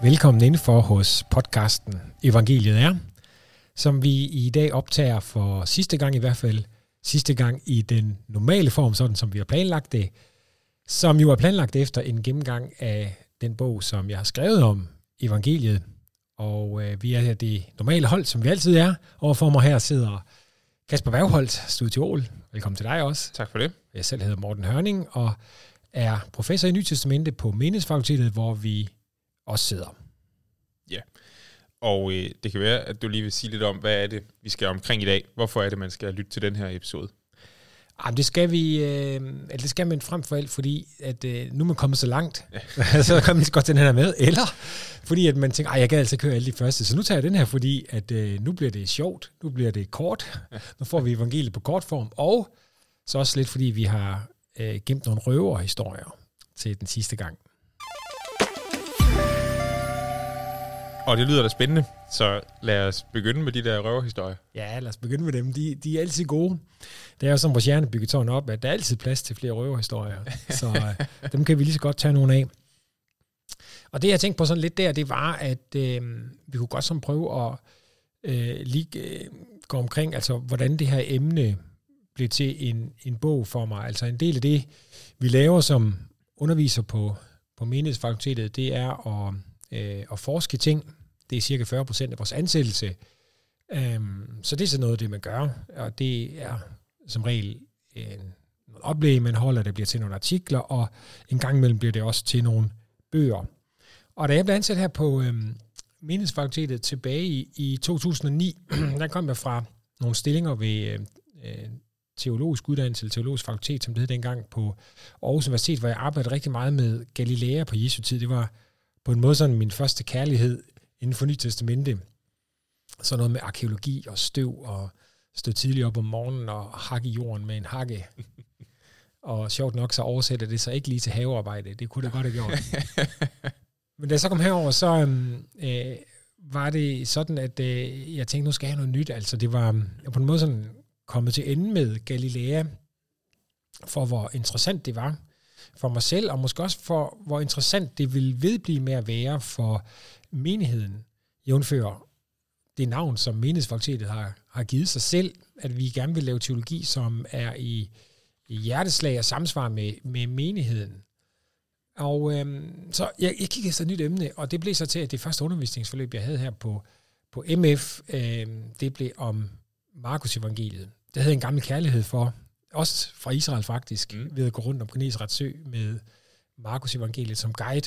Velkommen indenfor hos podcasten Evangeliet er, som vi i dag optager for sidste gang, i hvert fald sidste gang i den normale form, sådan som vi har planlagt det, som jo er planlagt efter en gennemgang af den bog, som jeg har skrevet om Evangeliet. Og vi er det normale hold, som vi altid er. Overfor mig her sidder Kasper Bergholt, studiol. Velkommen til dig også. Tak for det. Jeg selv hedder Morten Hørning og er professor i Nyt Testamente på Menighedsfakultetet, hvor vi også sidder. Ja, og det kan være, at du lige vil sige lidt om, hvad er det, vi skal omkring i dag. Hvorfor er det, man skal lytte til den her episode? Det skal vi, det skal man frem for alt, fordi at nu er man kommet så langt, så kan man godt den her med, eller fordi at man tænker, jeg kan altså køre alle de første, så nu tager jeg den her, fordi at nu bliver det sjovt, nu bliver det kort, nu får vi evangeliet på kort form, og så også lidt, fordi vi har gemt nogle røverhistorier til den sidste gang. Og det lyder da spændende, så lad os begynde med de der røverhistorier. Ja, lad os begynde med dem. De er altid gode. Det er jo som vores hjerne bygger tårn op, at der er altid plads til flere røverhistorier. Så dem kan vi lige så godt tage nogle af. Og det, jeg tænkte på sådan lidt der, det var, at vi kunne godt sådan prøve at gå omkring, altså hvordan det her emne blev til en bog for mig. Altså en del af det, vi laver som underviser på Menighedsfakultetet, det er at forske ting. Det er cirka 40% af vores ansættelse. Så det er sådan noget, det man gør. Og det er som regel en oplæg, man holder, der bliver til nogle artikler, og en gang imellem bliver det også til nogle bøger. Og da jeg blev ansat her på Menighedsfakultetet tilbage i 2009, der kom jeg fra nogle stillinger ved teologisk uddannelse, eller teologisk fakultet, som det hed dengang på Aarhus Universitet, hvor jeg arbejdede rigtig meget med Galilea på Jesu tid. Det var på en måde sådan min første kærlighed inden for Nyt Testamente. Så noget med arkæologi og støv, og stå tidligt op om morgenen og hakke jorden med en hakke. Og sjovt nok, så oversætter det sig ikke lige til havearbejde. Det kunne det godt have gjort. Men da jeg så kom herover, så var det sådan, at jeg tænkte, nu skal jeg have noget nyt. Altså det var på en måde sådan kommet til ende med Galilea, for hvor interessant det var for mig selv, og måske også for, hvor interessant det vil vedblive med at være for menigheden, jævnfør det navn, som Menighedsfakultetet har givet sig selv, at vi gerne vil lave teologi, som er i hjerteslag og samsvar med menigheden. Og så jeg kiggede efter et nyt emne, og det blev så til, at det første undervisningsforløb, jeg havde her på MF, det blev om Markus Evangeliet. Det havde en gammel kærlighed for, også fra Israel faktisk, ved at gå rundt om Genesarets sø med Markus Evangeliet som guide.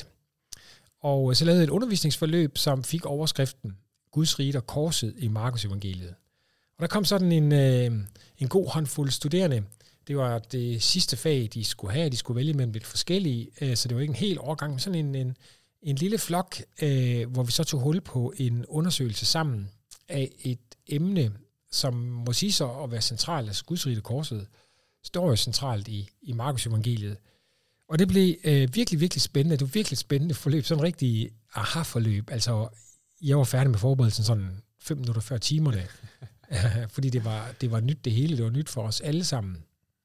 Og så lavede jeg et undervisningsforløb, som fik overskriften Guds rige og korset i Markus Evangeliet. Og der kom sådan en god håndfuld studerende. Det var det sidste fag, de skulle have. De skulle vælge mellem lidt forskellige, så det var ikke en hel årgang, men sådan en lille flok, hvor vi så tog hul på en undersøgelse sammen af et emne, som må sige så at være centralt, altså Guds rige og korset, står jo centralt i Markus Evangeliet. Og det blev virkelig, virkelig spændende. Det var virkelig spændende forløb, sådan en rigtig aha-forløb. Altså, jeg var færdig med forberedelsen sådan 5 minutter før timerne, fordi det var nyt det hele, det var nyt for os alle sammen.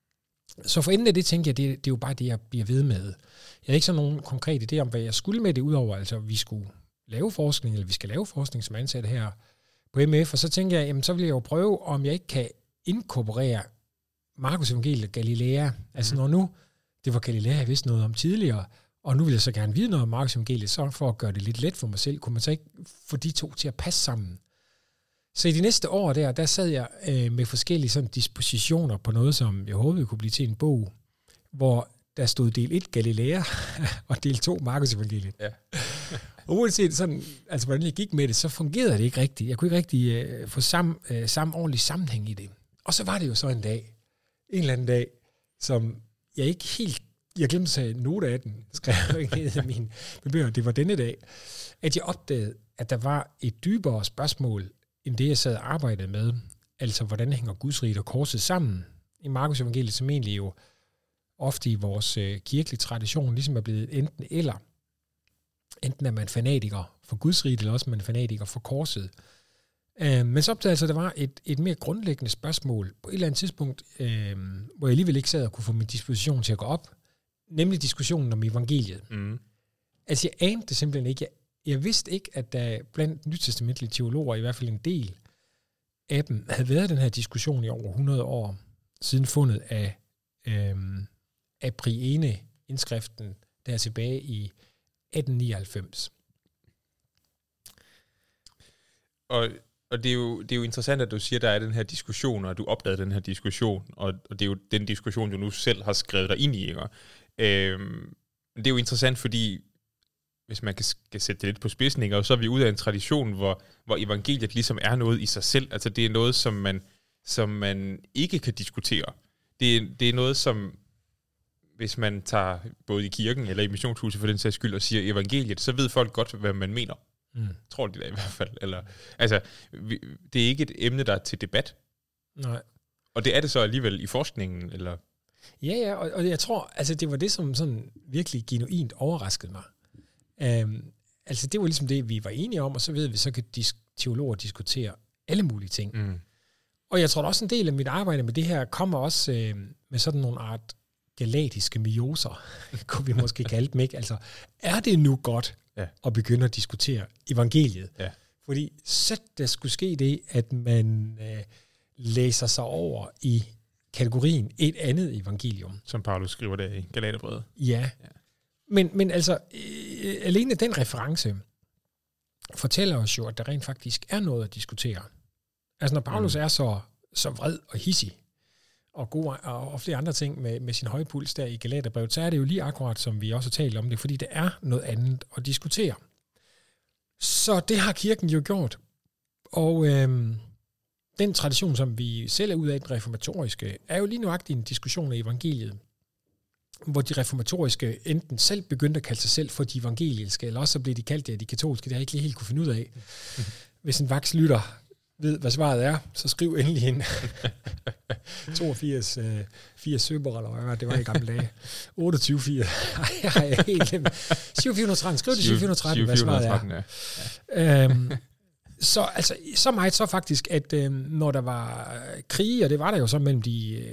Så for enden af det, tænkte jeg, det er jo bare det, jeg bliver ved med. Jeg havde ikke sådan nogen konkret idé om, hvad jeg skulle med det, udover altså, vi skulle lave forskning, eller vi skal lave forskning som ansat her på MF, og så tænkte jeg, jamen, så vil jeg jo prøve, om jeg ikke kan inkorporere Markus Evangeliet og Galilea. Altså når nu, det var Galilea, jeg vidste noget om tidligere, og nu vil jeg så gerne vide noget om Markus Evangeliet, så for at gøre det lidt let for mig selv, kunne man så ikke få de to til at passe sammen. Så i de næste år der sad jeg med forskellige sådan dispositioner på noget, som jeg håbede kunne blive til en bog, hvor der stod del 1 Galilea, og del 2 Markus Evangeliet. Ja. Og uanset sådan, altså hvordan jeg gik med det, så fungerede det ikke rigtigt. Jeg kunne ikke rigtig få samme ordentlig sammenhæng i det. Og så var det jo så en eller anden dag, som jeg ikke helt, jeg glemte at tage note af den, skrev jeg i min bøger, det var denne dag, at jeg opdagede, at der var et dybere spørgsmål, end det jeg sad og arbejdede med. Altså, hvordan hænger Guds rige og korset sammen i Markus Evangeliet, som egentlig jo ofte i vores kirkelige tradition ligesom er blevet enten eller. Enten er man fanatiker for Guds rige, eller også man fanatiker for korset. Men så opdagede altså, at der var et mere grundlæggende spørgsmål på et eller andet tidspunkt, hvor jeg alligevel ikke sad og kunne få min disposition til at gå op, nemlig diskussionen om evangeliet. Altså jeg anede det simpelthen ikke. jeg vidste ikke, at der blandt nytestamentlige teologer, i hvert fald en del af dem, havde været den her diskussion i over 100 år, siden fundet af Briene-indskriften, der er tilbage i 1899. Og det er jo interessant, at du siger, at der er den her diskussion, og du opdagede den her diskussion, og det er jo den diskussion, du nu selv har skrevet dig ind i, ikke? Det er jo interessant, fordi hvis man skal sætte det lidt på spidsen, ikke? Og så er vi ude af en tradition, hvor evangeliet ligesom er noget i sig selv. Altså det er noget, som man ikke kan diskutere. Det er noget, som hvis man tager både i kirken eller i missionshuset for den sags skyld og siger evangeliet, så ved folk godt, hvad man mener. Tror de da i hvert fald. Eller, altså, det er ikke et emne, der er til debat. Nej. Og det er det så alligevel i forskningen, eller? Ja, og jeg tror, altså det var det, som sådan virkelig genuint overraskede mig. Altså det var ligesom det, vi var enige om, og så ved vi, så kan teologer diskutere alle mulige ting. Og jeg tror også, en del af mit arbejde med det her kommer også med sådan nogle art galatiske mioser, kunne vi måske kalde dem, ikke? Altså, er det nu godt at begynde at diskutere evangeliet? Ja. Fordi så der skulle ske det, at man læser sig over i kategorien et andet evangelium. Som Paulus skriver der i Galaterbrevet. Ja. Men altså, alene den reference fortæller os jo, at der rent faktisk er noget at diskutere. Altså, når Paulus er så vred og hissig, og god og flere andre ting med sin høje puls der i Galaterbrevet, så er det jo lige akkurat, som vi også har talt om det, fordi det er noget andet at diskutere. Så det har kirken jo gjort. Og den tradition, som vi selv er ud af, den reformatoriske, er jo lige nuagtigt en diskussion af evangeliet, hvor de reformatoriske enten selv begyndte at kalde sig selv for de evangeliske, eller også så blev de kaldt det af de katolske. Det har jeg ikke lige helt kunne finde ud af. Hvis en vaks lytter ved, hvad svaret er, så skriv endelig ind. 82, 80 søber, eller hvad det var i gamle dage. 28, 4. Jeg er helt glemt. 7413. Skriv det 7413, hvad svaret er. Ja. Så, altså, så meget så faktisk, at når der var krige, og det var der jo så mellem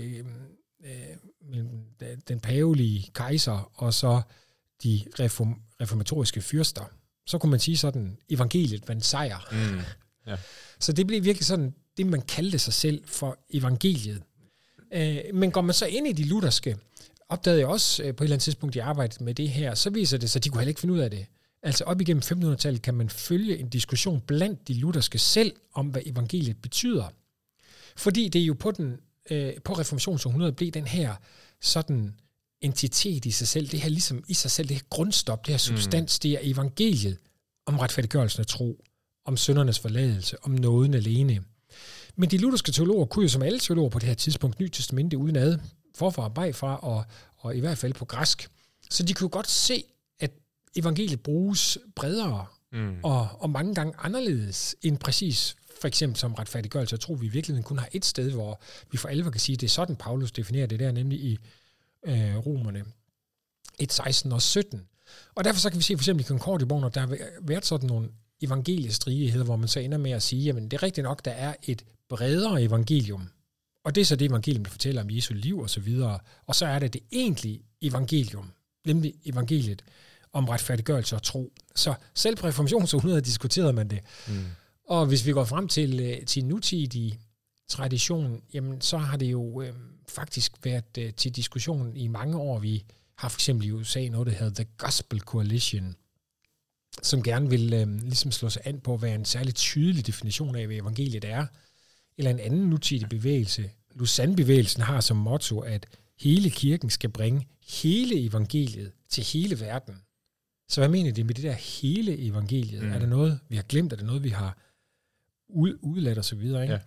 den pavelige kejser og så de reformatoriske fyrster, så kunne man sige sådan, evangeliet vandt sejr. Ja. Så det blev virkelig sådan, det man kaldte sig selv for evangeliet. Men går man så ind i de lutherske, opdagede jeg også på et eller andet tidspunkt i arbejdet med det her, så viser det sig, at de kunne heller ikke finde ud af det. Altså op igennem 1500-tallet kan man følge en diskussion blandt de lutherske selv om, hvad evangeliet betyder. Fordi det er jo på reformationsårhundredet blev den her sådan entitet i sig selv, det her ligesom i sig selv, det her grundstop, det her substans, det er evangeliet om retfærdiggørelsen af tro, om syndernes forladelse, om nåden alene. Men de lutherske teologer kunne jo som alle teologer på det her tidspunkt Nyt Testamente uden ad, forfra og bagfra, og i hvert fald på græsk. Så de kunne jo godt se, at evangeliet bruges bredere og mange gange anderledes end præcis for eksempel som retfærdiggørelse. Jeg tror, vi i virkeligheden kun har et sted, hvor vi for alvor kan sige, at det er sådan, Paulus definerer det der, nemlig i Romerne 1, 16 og 17. Og derfor så kan vi se for eksempel i Concordiebogen, at der har været sådan nogle evangeliestridigheder, hvor man så ender med at sige, jamen det er rigtigt nok, der er et bredere evangelium. Og det er så det evangelium, der fortæller om Jesu liv og så videre. Og så er det egentlige evangelium, nemlig evangeliet om retfærdiggørelse og tro. Så selv på reformationsårhundredet diskuterede man det. Og hvis vi går frem til nutidig tradition, jamen så har det jo faktisk været til diskussion i mange år. Vi har for eksempel i USA noget, der hedder The Gospel Coalition, som gerne vil ligesom slå sig an på, hvad en særlig tydelig definition af, hvad evangeliet er. Eller en anden nutidig bevægelse. Lausanne-bevægelsen har som motto, at hele kirken skal bringe hele evangeliet til hele verden. Så hvad mener de med det der hele evangeliet? Er det noget, vi har glemt? Er det noget, vi har udladt og så videre? Ikke? Ja.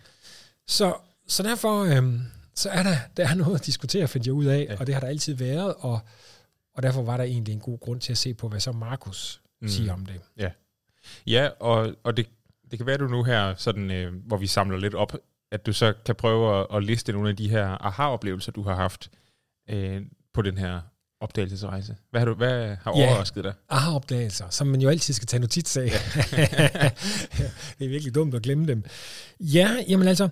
Så derfor så er der er noget at diskutere, fandt jeg ud af, og det har der altid været, og derfor var der egentlig en god grund til at se på, hvad så Markus siger om det. Ja, og det kan være, du nu her, sådan, hvor vi samler lidt op, at du så kan prøve at liste nogle af de her aha-oplevelser, du har haft på den her opdagelsesrejse. Hvad har overrasket dig? Aha-opdagelser, som man jo altid skal tage notits af. Det er virkelig dumt at glemme dem. Ja, jamen altså,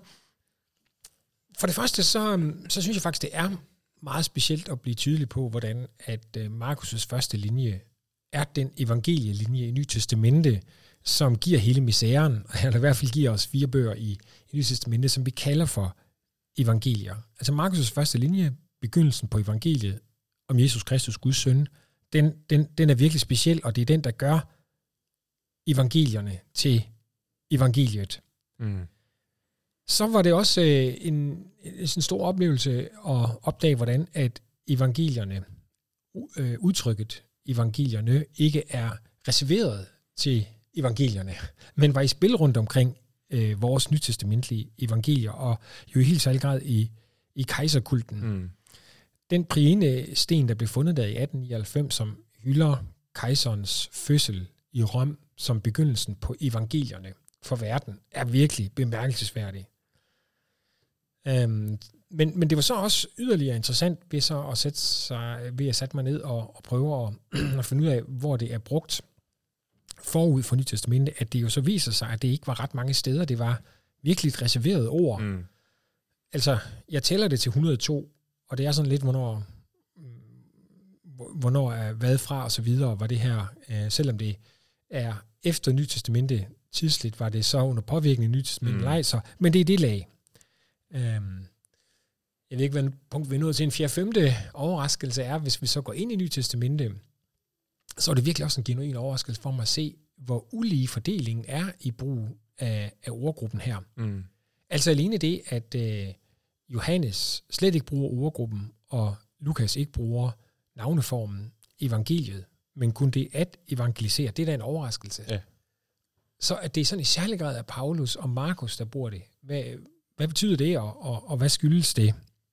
for det første, så synes jeg faktisk, det er meget specielt at blive tydelig på, hvordan at Markus' første linje er den evangelielinje i Nye Testamente, som giver hele misæren, eller i hvert fald giver os 4 bøger i Nye Testamente, som vi kalder for evangelier. Altså Markus' første linje, begyndelsen på evangeliet om Jesus Kristus, Guds søn, den er virkelig speciel, og det er den, der gør evangelierne til evangeliet. Mm. Så var det også en stor oplevelse at opdage, hvordan at evangelierne, udtrykket evangelierne, ikke er reserveret til evangelierne, men var i spil rundt omkring vores nytestamentlige evangelier, og jo i helt særlig grad i kejserkulten. Mm. Den priene sten, der blev fundet der i 1899, som hylder kejserens fødsel i Rom som begyndelsen på evangelierne for verden, er virkelig bemærkelsesværdig. Men det var så også yderligere interessant ved så at sætte mig ned og prøve at finde ud af, hvor det er brugt forud for Nyt Testamente, at det jo så viser sig, at det ikke var ret mange steder. Det var virkelig et reserveret ord. Mm. Altså, jeg tæller det til 102, og det er sådan lidt, hvornår er hvad fra og så videre, var det her, selvom det er efter Nyt Testamente tidsligt, var det så under påvirkning af Nyt Testamente, men det er det lag. Jeg ved ikke, hvad punkt vi er nået til. En 4/5 overraskelse er, hvis vi så går ind i Nyt Testamente, så er det virkelig også en genuin overraskelse for mig at se, hvor ulige fordelingen er i brug af ordgruppen her. Mm. Altså alene det, at Johannes slet ikke bruger ordgruppen, og Lukas ikke bruger navneformen evangeliet, men kun det at evangelisere, det er da en overraskelse. Ja. Så at det er sådan i særlig grad af Paulus og Markus, der bruger det. Hvad betyder det, og hvad skyldes det?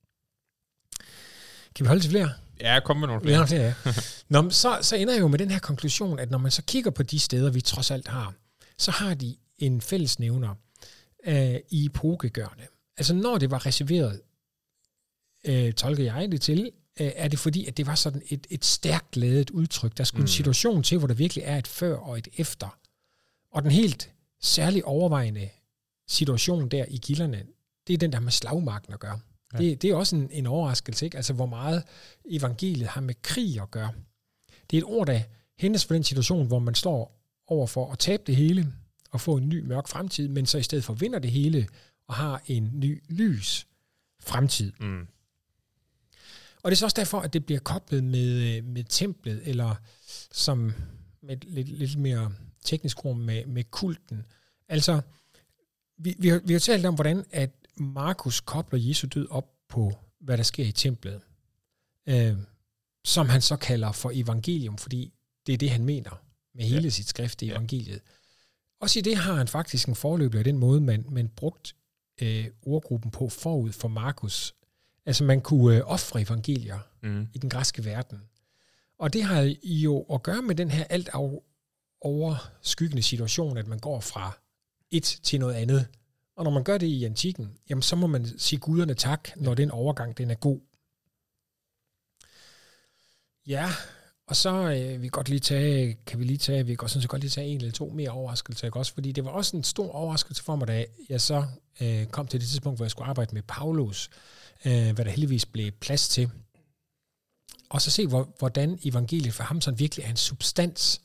Kan vi holde til flere? Ja, kom med nogle flere. Ja. Nå, så ender jeg jo med den her konklusion, at når man så kigger på de steder, vi trods alt har, så har de en fællesnævner i epokegørende. Altså når det var reserveret, tolker jeg det til, er det fordi, at det var sådan et stærkt ladet udtryk. Der skulle en situation til, hvor der virkelig er et før og et efter. Og den helt særlig overvejende situation der i kilderne, det er den, der har med slagmarken at gøre. Ja. Det er også en overraskelse, ikke? Altså hvor meget evangeliet har med krig at gøre. Det er et ord, der hentes for den situation, hvor man står overfor at tabe det hele og få en ny mørk fremtid, men så i stedet for vinder det hele og har en ny lys fremtid. Mm. Og det er så også derfor, at det bliver koblet med templet, eller som med lidt mere teknisk rum med kulten. Altså, vi har talt om, hvordan at Markus kobler Jesu død op på, hvad der sker i templet, som han så kalder for evangelium, fordi det er det, han mener med hele sit skrift i evangeliet. Også i det har han faktisk en forløber i den måde, man brugt ordgruppen på forud for Markus. Altså man kunne ofre evangelier i den græske verden. Og det har jo at gøre med den her alt overskyggende situation, at man går fra et til noget andet. Og når man gør det i antikken, jamen så må man sige guderne tak, når den overgang den er god. Ja, og så vi kan godt lige tage en eller to mere overraskelser, ikke også? Fordi det var også en stor overraskelse for mig, da jeg så kom til det tidspunkt, hvor jeg skulle arbejde med Paulus, hvad der heldigvis blev plads til. Og så se, hvordan evangeliet for ham sådan virkelig er en substans.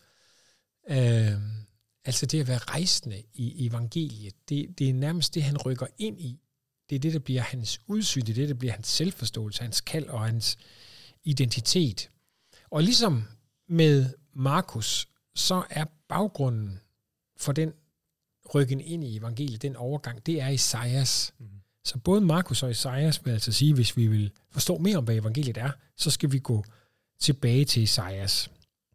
Altså det at være rejsende i evangeliet, det er nærmest det, han rykker ind i. Det er det, der bliver hans udsyn, det er det, der bliver hans selvforståelse, hans kald og hans identitet. Og ligesom med Markus, så er baggrunden for den rykken ind i evangeliet, den overgang, det er Esajas. Mm. Så både Markus og Esajas vil altså sige, hvis vi vil forstå mere om, hvad evangeliet er, så skal vi gå tilbage til Esajas.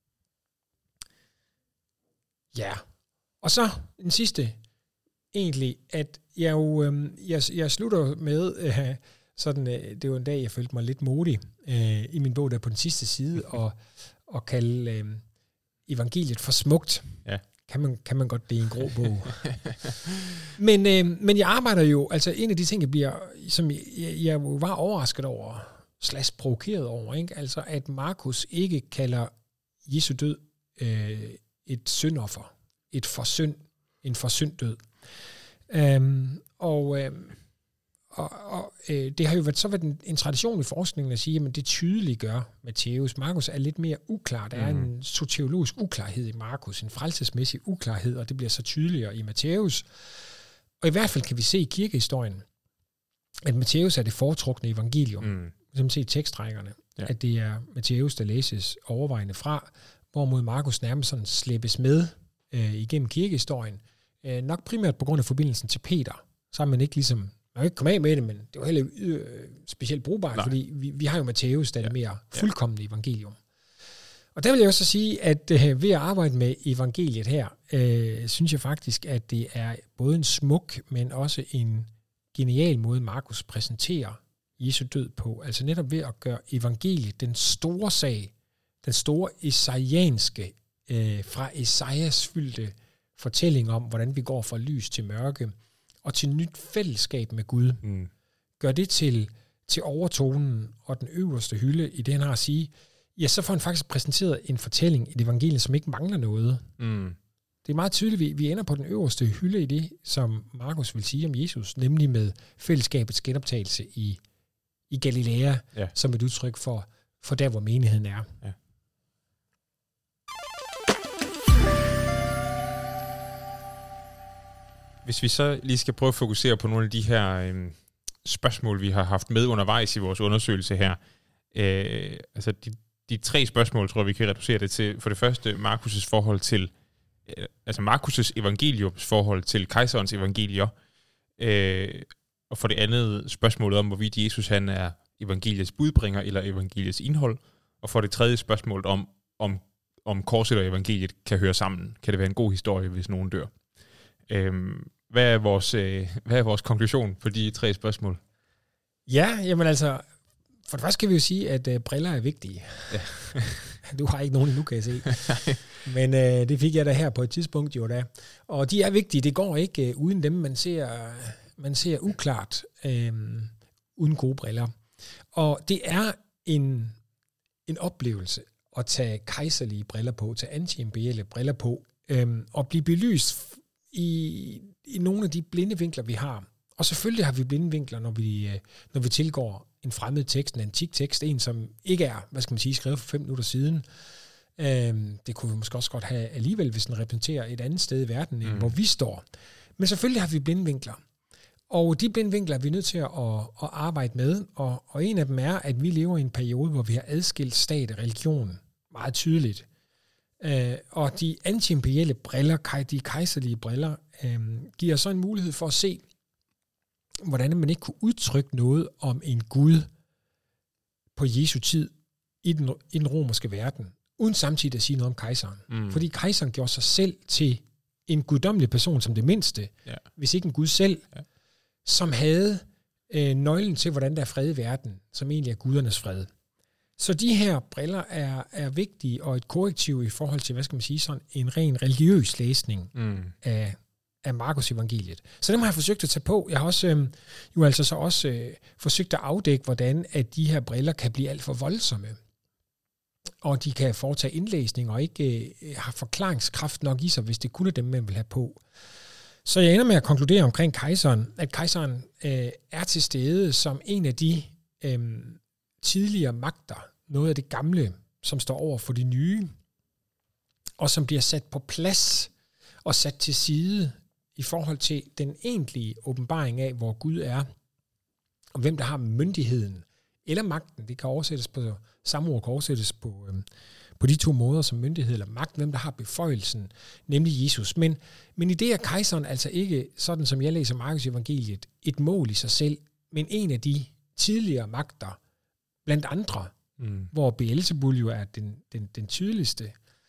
Ja, og så den sidste, egentlig, at jeg jo, jeg slutter med, sådan, det var en dag, jeg følte mig lidt modig i min bog der på den sidste side, og kalde evangeliet for smukt. Ja. Kan man godt, det er en grå bog. men jeg arbejder jo, altså en af de ting, jeg var overrasket over, / provokeret over, ikke? Altså at Markus ikke kalder Jesu død et syndoffer, en forsyndt død. det har jo været en tradition i forskningen at sige, at det tydeliggør Matthæus. Markus er lidt mere uklar. Der er en soteriologisk uklarhed i Markus, en frelsesmæssig uklarhed, og det bliver så tydeligere i Matthæus. Og i hvert fald kan vi se i kirkehistorien, at Matthæus er det foretrukne evangelium. Som se i tekstrækkerne, at det er Matthæus, der læses overvejende fra, hvorimod Markus nærmest sådan slæbes med igennem kirkehistorien. Nok primært på grund af forbindelsen til Peter. Så har man ikke ligesom, man kan ikke komme af med det, men det var heller specielt brugbart, fordi vi har jo Matthæus, der er det mere fuldkommende evangelium. Og der vil jeg også sige, at ved at arbejde med evangeliet her, synes jeg faktisk, at det er både en smuk, men også en genial måde, Markus præsenterer Jesu død på. Altså netop ved at gøre evangeliet den store sag, den store esaianske, fra Esajas fyldte fortælling om, hvordan vi går fra lys til mørke, og til nyt fællesskab med Gud. Gør det til overtonen og den øverste hylde i det, han har at sige, ja, så får han faktisk præsenteret en fortælling i det evangelie, som ikke mangler noget. Det er meget tydeligt, vi ender på den øverste hylde i det, som Markus vil sige om Jesus, nemlig med fællesskabets genoptagelse i Galilea, som et udtryk for der, hvor menigheden er. Ja. Hvis vi så lige skal prøve at fokusere på nogle af de her spørgsmål, vi har haft med undervejs i vores undersøgelse her. Altså de 3 spørgsmål, tror jeg, vi kan reducere det til. For det første, Markus' forhold til, altså Markus' evangeliums forhold til kejserens evangelier. Og for det andet, spørgsmålet om, hvorvidt Jesus han er evangeliets budbringer eller evangeliets indhold. Og for det tredje, spørgsmålet om korset og evangeliet kan høre sammen. Kan det være en god historie, hvis nogen dør? Hvad er vores konklusion på de 3 spørgsmål? Ja, jamen altså, for det første kan vi jo sige, at briller er vigtige. Ja. Du har ikke nogen endnu, kan jeg se. Men det fik jeg da her på et tidspunkt jo da. Og de er vigtige, det går ikke uden dem. Man ser uklart uden gode briller. Og det er en oplevelse at tage kejserlige briller på, tage antiimperielle briller på, og blive belyst i nogle af de blinde vinkler, vi har. Og selvfølgelig har vi blinde vinkler, når vi tilgår en fremmed tekst, en antik tekst, en som ikke er, skrevet for 5 minutter siden. Det kunne vi måske også godt have alligevel, hvis den repræsenterer et andet sted i verden, end hvor vi står. Men selvfølgelig har vi blinde vinkler. Og de blinde vinkler er vi nødt til at arbejde med, og en af dem er, at vi lever i en periode, hvor vi har adskilt stat og religion meget tydeligt. Og de antiimperielle briller, de kejserlige briller, giver så en mulighed for at se, hvordan man ikke kunne udtrykke noget om en Gud på Jesu tid i den romerske verden, uden samtidig at sige noget om kejseren. Fordi kejseren gjorde sig selv til en guddommelig person som det mindste, hvis ikke en Gud selv, som havde nøglen til, hvordan der er fred i verden, som egentlig er gudernes fred. Så de her briller er vigtige, og et korrektiv i forhold til, sådan en ren religiøs læsning af Markus evangeliet. Så dem har jeg forsøgt at tage på. Jeg har også forsøgt at afdække, hvordan at de her briller kan blive alt for voldsomme, og de kan foretage indlæsning og ikke har forklaringskraft nok i sig, hvis det kun er dem, man vil have på. Så jeg ender med at konkludere omkring kejseren, at kejseren er til stede som en af de tidligere magter, noget af det gamle, som står over for de nye, og som bliver sat på plads og sat til side i forhold til den egentlige åbenbaring af, hvor Gud er, og hvem der har myndigheden eller magten. Det kan oversættes på samme ord, kan oversættes på de 2 måder som myndighed eller magt, hvem der har beføjelsen, nemlig Jesus. Men i det er kejseren altså ikke, sådan som jeg læser Markus evangeliet, et mål i sig selv, men en af de tidligere magter, blandt andre, hvor Beelzebul jo er den tydeligste,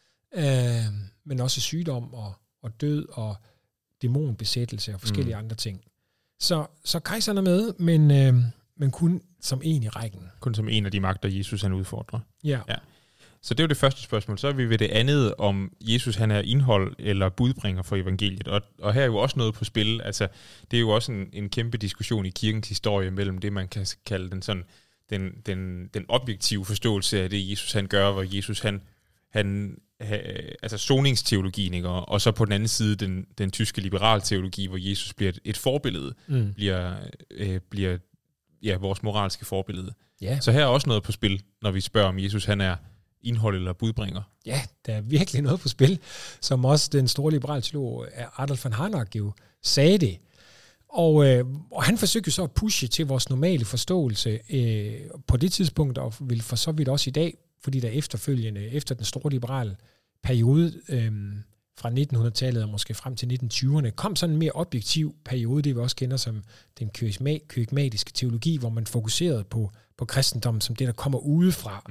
men også sygdom og død og dæmonbesættelse og forskellige andre ting. Så kejseren er med, men kun som en i rækken. Kun som en af de magter, Jesus han udfordrer. Ja. Så det er jo det første spørgsmål. Så er vi ved det andet, om Jesus han er indhold eller budbringer for evangeliet. Og her er jo også noget på spil. Altså, det er jo også en kæmpe diskussion i kirkens historie mellem det, man kan kalde den objektive forståelse af det, Jesus han gør, hvor Jesus han altså soningsteologien, ikke? Og så på den anden side den tyske liberalteologi, hvor Jesus bliver et forbillede, bliver vores moralske forbillede. Ja. Så her er også noget på spil, når vi spørger, om Jesus han er indhold eller budbringer. Ja, der er virkelig noget på spil, som også den store liberale teolog Adolf von Harnack jo sagde det. Og han forsøgte så at pushe til vores normale forståelse på det tidspunkt, og vil for så vidt også i dag, fordi der efterfølgende, efter den store liberale periode fra 1900-tallet og måske frem til 1920'erne, kom sådan en mere objektiv periode, det vi også kender som den kyrigmatiske teologi, hvor man fokuserede på kristendommen som det, der kommer udefra.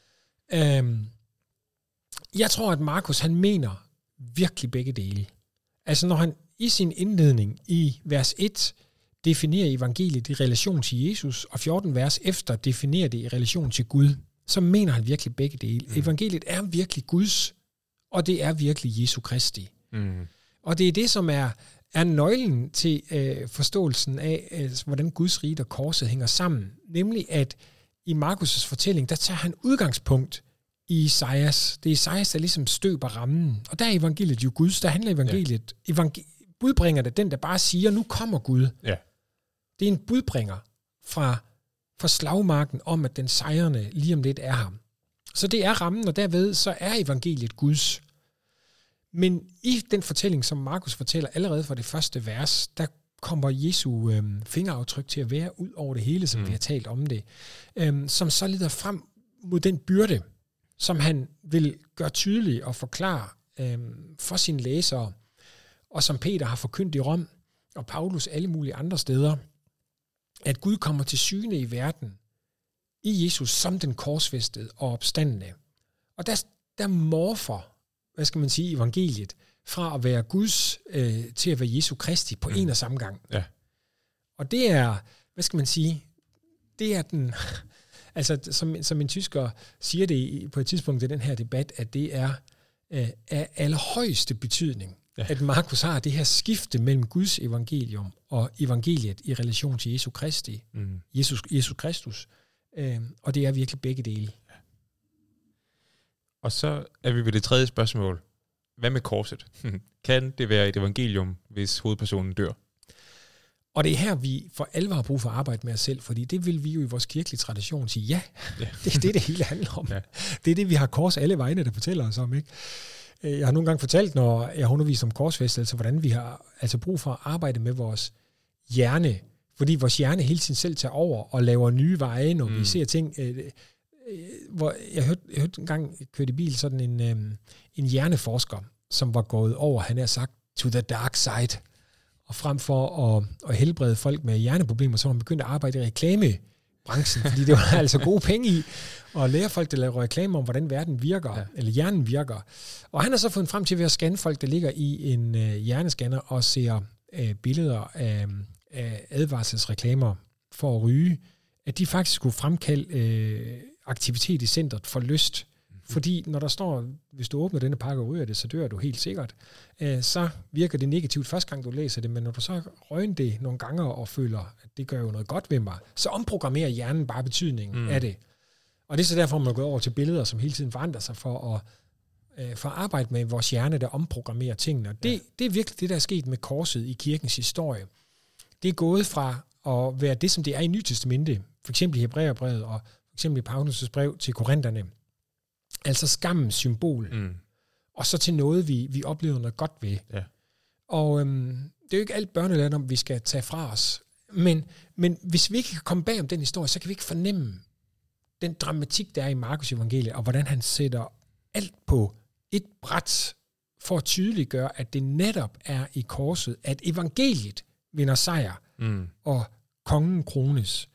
Jeg tror, at Markus han mener virkelig begge dele. Altså når han i sin indledning i vers 1 definerer evangeliet i relation til Jesus, og 14 vers efter definerer det i relation til Gud, så mener han virkelig begge dele. Evangeliet er virkelig Guds, og det er virkelig Jesu Kristi. Og det er det, som er nøglen til forståelsen af, hvordan Guds rige og korset hænger sammen. Nemlig, at i Markus' fortælling, der tager han udgangspunkt i Isaias. Det er Isaias, der ligesom støber rammen. Og der er evangeliet jo Guds. Der handler evangeliet. Budbringer det den, der bare siger, nu kommer Gud. Ja. Det er en budbringer fra slagmarken om, at den sejrende lige om lidt er ham. Så det er rammen, og derved så er evangeliet Guds. Men i den fortælling, som Markus fortæller allerede fra det første vers, der kommer Jesu fingeraftryk til at være ud over det hele, som vi har talt om det, som så leder frem mod den byrde, som han vil gøre tydelig og forklare for sine læsere, og som Peter har forkyndt i Rom, og Paulus alle mulige andre steder, at Gud kommer til syne i verden, i Jesus som den korsfæstede og opstandende. Og der morfer, hvad skal man sige, evangeliet, fra at være Guds til at være Jesu Kristi på en og samme gang. Ja. Og det er, hvad skal man sige, det er den, altså som en tysker siger det på et tidspunkt i den her debat, at det er af allerhøjeste betydning, at Markus har det her skifte mellem Guds evangelium og evangeliet i relation til Jesu Kristi, Jesus Kristus. Og det er virkelig begge dele. Og så er vi ved det tredje spørgsmål. Hvad med korset? Kan det være et evangelium, hvis hovedpersonen dør? Og det er her, vi for alvor har brug for at arbejde med os selv, fordi det vil vi jo i vores kirkelige tradition sige, ja. Det er det hele handler om. Ja. Det er det, vi har kors alle vegne, der fortæller os om, ikke? Jeg har nogle gange fortalt, når jeg har undervist om korsfæstelse, hvordan vi har altså brug for at arbejde med vores hjerne, fordi vores hjerne hele tiden selv tager over og laver nye veje, når vi ser ting. Hvor jeg hørte en gang, jeg kørte i bil, sådan en hjerneforsker, som var gået over, han har sagt, to the dark side. Og frem for at helbrede folk med hjerneproblemer, så var han begyndt at arbejde i reklamebranchen, fordi det var altså gode penge i, og lære folk, der laver reklamer om, hvordan verden virker, eller hjernen virker. Og han har så fundet frem til ved at scanne folk, der ligger i en hjernescanner og ser billeder af advarselsreklamer for at ryge, at de faktisk kunne fremkalde aktivitet i centret for lyst. Fordi når der står, hvis du åbner denne pakke og ryger det, så dør du helt sikkert. Så virker det negativt første gang, du læser det, men når du så røgner det nogle gange og føler, at det gør jo noget godt ved mig, så omprogrammerer hjernen bare betydningen af det. Og det er så derfor, man går over til billeder, som hele tiden forandrer sig for at arbejde med vores hjerne, der omprogrammerer tingene. Og det er virkelig det, der er sket med korset i kirkens historie. Det er gået fra at være det, som det er i Nye Testamente, for eksempel i Hebræerbrevet og for eksempel i Paulus' brev til Korinterne, altså skammens symbol, og så til noget, vi oplever noget godt ved. Ja. Og det er jo ikke alt børnelærdom, vi skal tage fra os. Men hvis vi ikke kan komme bag om den historie, så kan vi ikke fornemme den dramatik, der er i Markus evangeliet, og hvordan han sætter alt på et bræt for at tydeliggøre, at det netop er i korset, at evangeliet vinder sejr, og kongen krones.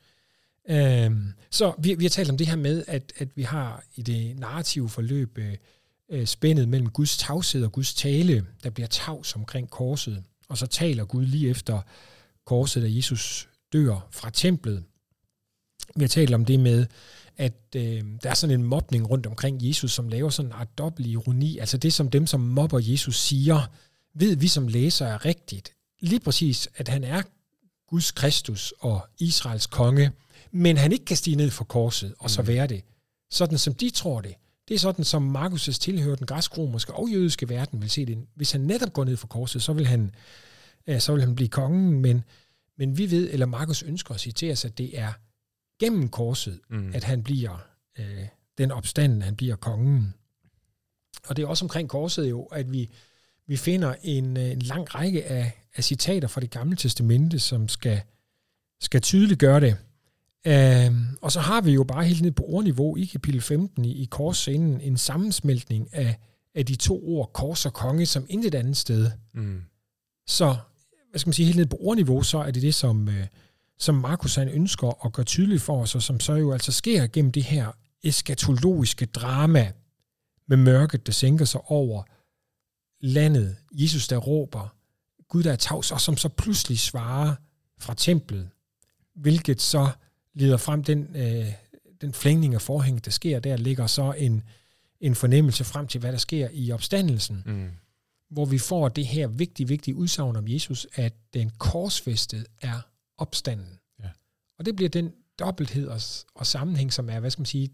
Så vi har talt om det her med, at vi har i det narrative forløb spændet mellem Guds tavshed og Guds tale, der bliver tavs omkring korset, og så taler Gud lige efter korset, da Jesus dør fra templet. Vi har talt om det med, at der er sådan en mobning rundt omkring Jesus, som laver sådan en dobbelt ironi, altså det som dem, som mobber Jesus, siger, ved vi som læser er rigtigt. Lige præcis, at han er Guds Kristus og Israels konge, men han ikke kan stige ned fra korset og så være det. Sådan som de tror det. Det er sådan, som Markus' tilhører den græsk-romerske og jødiske verden vil se det. Hvis han netop går ned for korset, så vil han blive kongen, men vi ved, eller Markus ønsker at citere os, at det er gennem korset, at han bliver den opstanden, han bliver kongen. Og det er også omkring korset jo, at vi finder en lang række af citater fra Det Gamle Testamente, som skal tydeligt gøre det. Og så har vi jo bare helt ned på ordniveau i kapitel 15 i korsscenen en sammensmeltning af de to ord, kors og konge, som intet andet sted. Så, hvad skal man sige, helt ned på ordniveau, så er det, som Markus han ønsker at gøre tydeligt for os, og som så jo altså sker gennem det her eskatologiske drama med mørket, der sænker sig over landet, Jesus, der råber, Gud, der er tavs, og som så pludselig svarer fra templet, hvilket så leder frem den flængning af forhænget, der sker. Der ligger så en fornemmelse frem til, hvad der sker i opstandelsen, hvor vi får det her vigtige udsagn om Jesus, at den korsfæstede er opstanden. Ja. Og det bliver den dobbelthed og sammenhæng, som er, hvad skal man sige,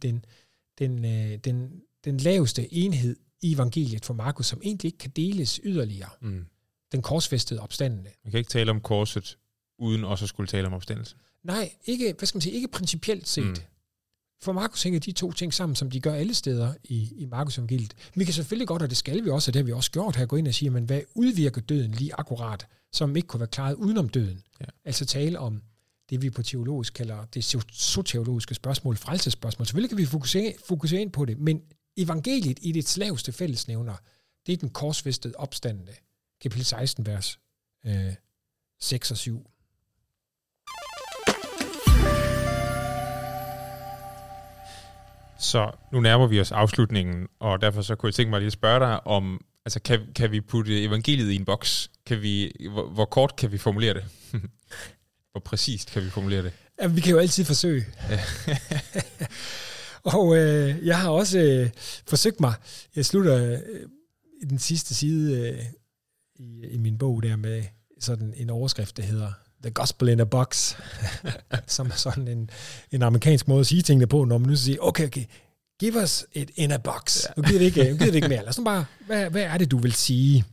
den laveste enhed i evangeliet for Markus, som egentlig ikke kan deles yderligere. Den korsfæstede opstandende. Man kan ikke tale om korset, uden også at skulle tale om opstandelsen. Nej, ikke, hvad skal man sige, ikke principielt set. For Markus hænger de to ting sammen, som de gør alle steder i Markus evangeliet. Vi kan selvfølgelig godt, og det skal vi også, og det har vi også gjort her, gå ind og sige, men hvad udvirker døden lige akkurat, som ikke kunne være klaret udenom døden? Ja. Altså tale om det, vi på teologisk kalder det soteriologiske spørgsmål, frelsesspørgsmål. Selvfølgelig kan vi fokusere ind på det, men evangeliet i dets laveste fællesnævner, det er den korsfæstede opstandende. Kapitel 16, vers 6 og 7. Så nu nærmer vi os afslutningen, og derfor så kunne jeg tænke mig lige at spørge dig om, altså kan vi putte evangeliet i en boks? Hvor kort kan vi formulere det? Hvor præcist kan vi formulere det? Ja, vi kan jo altid forsøge. Og jeg har også forsøgt mig. Jeg slutter i den sidste side i min bog der med sådan en overskrift, der hedder The Gospel in a Box, som er sådan en amerikansk måde at sige tingene på, når man nu siger, okay, give us it in a box. Ja. Nu gider det ikke mere. Lad os nu bare, hvad er det, du vil sige?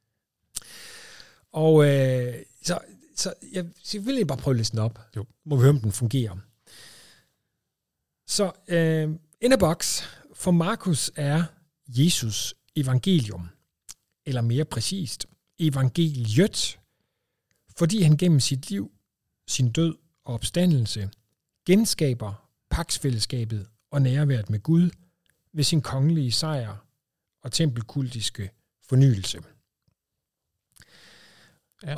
Og så jeg vil bare prøve at læse den op. Jo. Må vi høre, om den fungerer. Så in a box for Markus er Jesus evangelium, eller mere præcist, evangeliet, fordi han gennem sit liv, sin død og opstandelse genskaber pagtsfællesskabet og nærværet med Gud ved sin kongelige sejr og tempelkultiske fornyelse. Ja.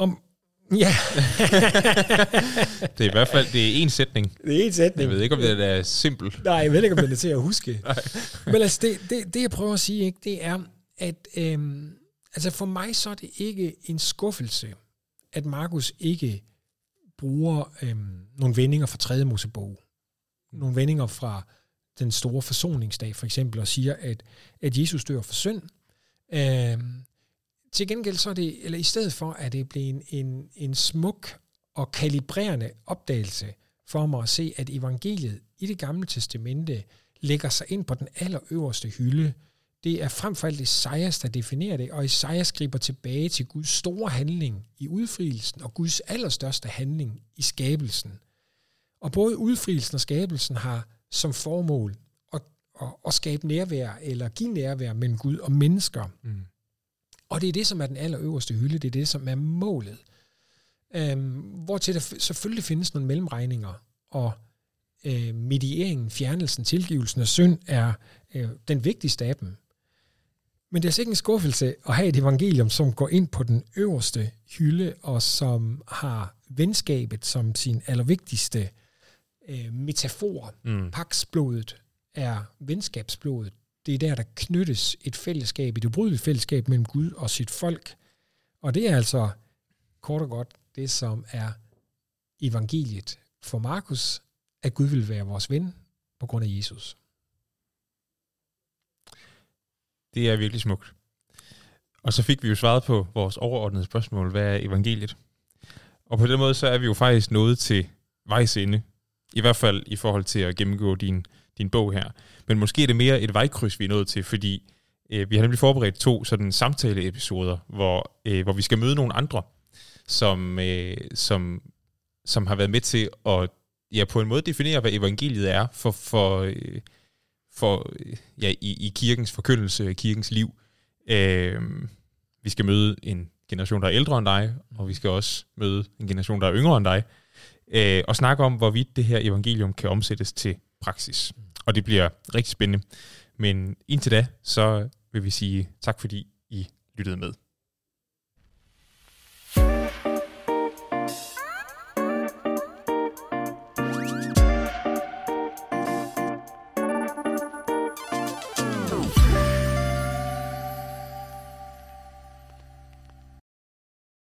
Det er i hvert fald en sætning. Det er en sætning. Jeg ved ikke, om det er simpelt. Nej, jeg ved ikke, om det er til at huske. Men altså, det jeg prøver at sige, ikke, det er, at altså for mig så er det ikke en skuffelse, at Markus ikke bruger nogle vendinger fra 3. Mosebog. Nogle vendinger fra den store forsoningsdag, for eksempel, og siger, at Jesus dør for synd. Til gengæld så er det, eller i stedet for, at det bliver en smuk og kalibrerende opdagelse for mig at se, at evangeliet i Det Gamle Testamente lægger sig ind på den allerøverste hylde. Det er frem for alt Esajas, der definerer det, og Esajas griber tilbage til Guds store handling i udfrielsen, og Guds allerstørste handling i skabelsen. Og både udfrielsen og skabelsen har som formål at skabe nærvær, eller give nærvær mellem Gud og mennesker. Og det er det, som er den allerøverste hylde, det er det, som er målet. Hvortil der selvfølgelig findes nogle mellemregninger, og medieringen, fjernelsen, tilgivelsen af synd er den vigtigste af dem. Men det er altså ikke en skuffelse at have et evangelium, som går ind på den øverste hylde, og som har venskabet som sin allervigtigste metafor. Pagtsblodet er venskabsblodet. Det er der, der knyttes et fællesskab, et ubrydeligt fællesskab mellem Gud og sit folk. Og det er altså kort og godt det, som er evangeliet for Markus, at Gud vil være vores ven på grund af Jesus. Det er virkelig smukt. Og så fik vi jo svaret på vores overordnede spørgsmål, hvad er evangeliet? Og på den måde, så er vi jo faktisk nået til vejs ende, i hvert fald i forhold til at gennemgå din din bog her. Men måske er det mere et vejkryds, vi er nået til, fordi vi har nemlig forberedt 2 sådan samtaleepisoder, hvor vi skal møde nogle andre, som har været med til at på en måde definere, hvad evangeliet er i kirkens forkyndelse, kirkens liv. Vi skal møde en generation, der er ældre end dig, og vi skal også møde en generation, der er yngre end dig, og snakke om, hvorvidt det her evangelium kan omsættes til praksis. Og det bliver rigtig spændende. Men indtil da, så vil vi sige tak, fordi I lyttede med.